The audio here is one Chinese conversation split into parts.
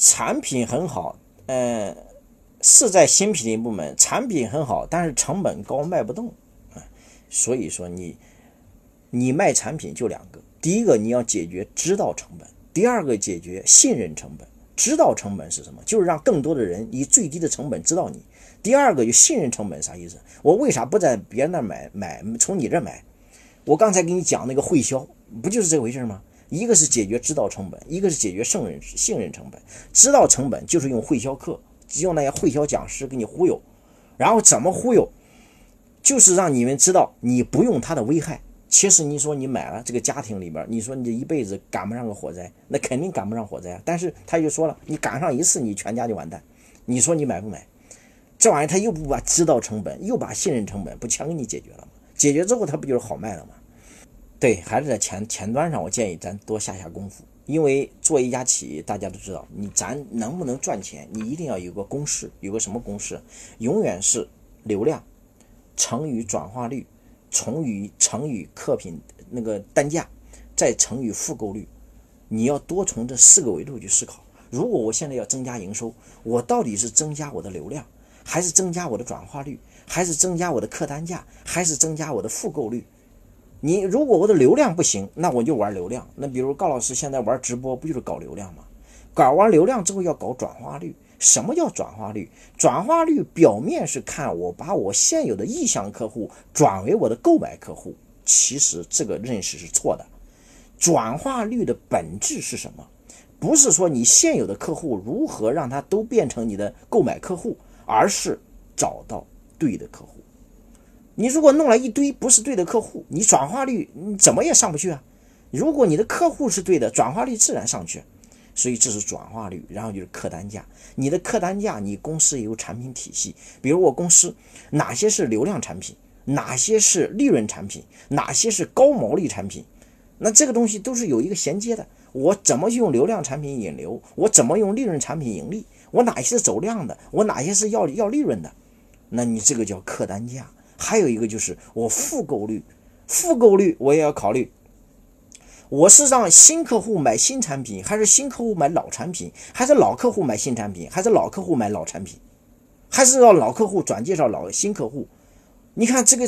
产品很好，是在新品部门，产品很好，但是成本高卖不动。所以说你卖产品就两个，第一个你要解决知道成本，第二个解决信任成本。知道成本是什么？就是让更多的人以最低的成本知道你。第二个就信任成本啥意思？我为啥不在别人那买，从你这买？我刚才给你讲那个会销，不就是这回事吗？一个是解决知道成本，一个是解决信任成本。知道成本就是用会销课，用那些会销讲师给你忽悠，然后怎么忽悠？就是让你们知道你不用它的危害。其实你说你买了这个家庭里边，你说你这一辈子赶不上个火灾，那肯定赶不上火灾啊。但是他就说了，你赶上一次，你全家就完蛋。你说你买不买？这玩意他又不把知道成本，又把信任成本不全给你解决了吗？解决之后，它不就是好卖了吗？对，还是在前端上，我建议咱多下功夫。因为做一家企业，大家都知道，咱能不能赚钱，你一定要有个公式，有个什么公式？永远是流量乘以转化率，乘以客品那个单价，再乘以复购率。你要多从这4个维度去思考。如果我现在要增加营收，我到底是增加我的流量，还是增加我的转化率，还是增加我的客单价，还是增加我的复购率？如果我的流量不行，那我就玩流量。那比如高老师现在玩直播，不就是搞流量吗？搞完流量之后要搞转化率。什么叫转化率？转化率表面是看我把我现有的意向客户转为我的购买客户，其实这个认识是错的。转化率的本质是什么？不是说你现有的客户如何让他都变成你的购买客户，而是找到对的客户。你如果弄了一堆不是对的客户，你转化率你怎么也上不去啊。如果你的客户是对的，转化率自然上去。所以这是转化率，然后就是客单价。你的客单价，你公司也有产品体系，比如我公司哪些是流量产品，哪些是利润产品，哪些是高毛利产品，那这个东西都是有一个衔接的。我怎么用流量产品引流，我怎么用利润产品盈利，我哪些是走量的，我哪些是要利润的，那你这个叫客单价。还有一个就是我复购率，复购率我也要考虑，我是让新客户买新产品，还是新客户买老产品，还是老客户买新产品，还是老客户买老产品，还是让老客户转介绍新客户？你看这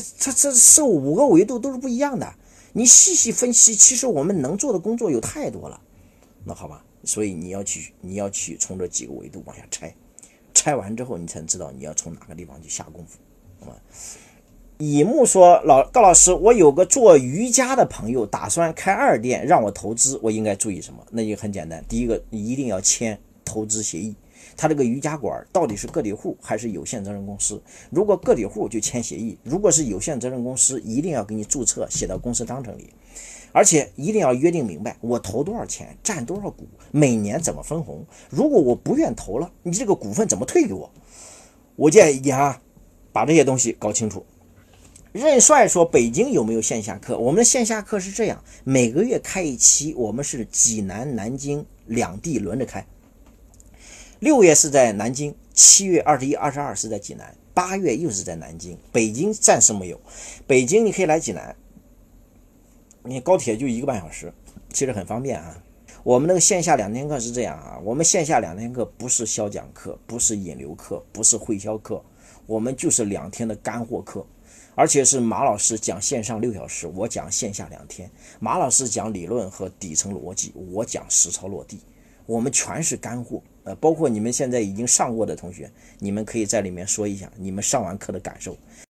5个维度都是不一样的。你细细分析，其实我们能做的工作有太多了。那好吧，所以你要去从这几个维度往下拆完之后，你才知道你要从哪个地方去下功夫。好吧。乙木说，高老师，我有个做瑜伽的朋友打算开2店，让我投资，我应该注意什么？那就很简单，第一个，你一定要签投资协议。他这个瑜伽馆到底是个体户还是有限责任公司？如果个体户就签协议，如果是有限责任公司，一定要给你注册写到公司章程里，而且一定要约定明白，我投多少钱，占多少股，每年怎么分红。如果我不愿投了，你这个股份怎么退给我？我建议你把这些东西搞清楚。任帅说，北京有没有线下课？我们的线下课是这样，每个月开一期，我们是济南、南京2地轮着开。6月是在南京，7月21、22是在济南，8月又是在南京。北京暂时没有。北京你可以来济南，你高铁就1个半小时，其实很方便啊。我们那个线下2天课是这样啊，我们线下2天课不是销讲课，不是引流课，不是会销课，我们就是2天的干货课。而且是马老师讲线上6小时，我讲线下2天。马老师讲理论和底层逻辑，我讲实操落地。我们全是干货，包括你们现在已经上过的同学，你们可以在里面说一下你们上完课的感受。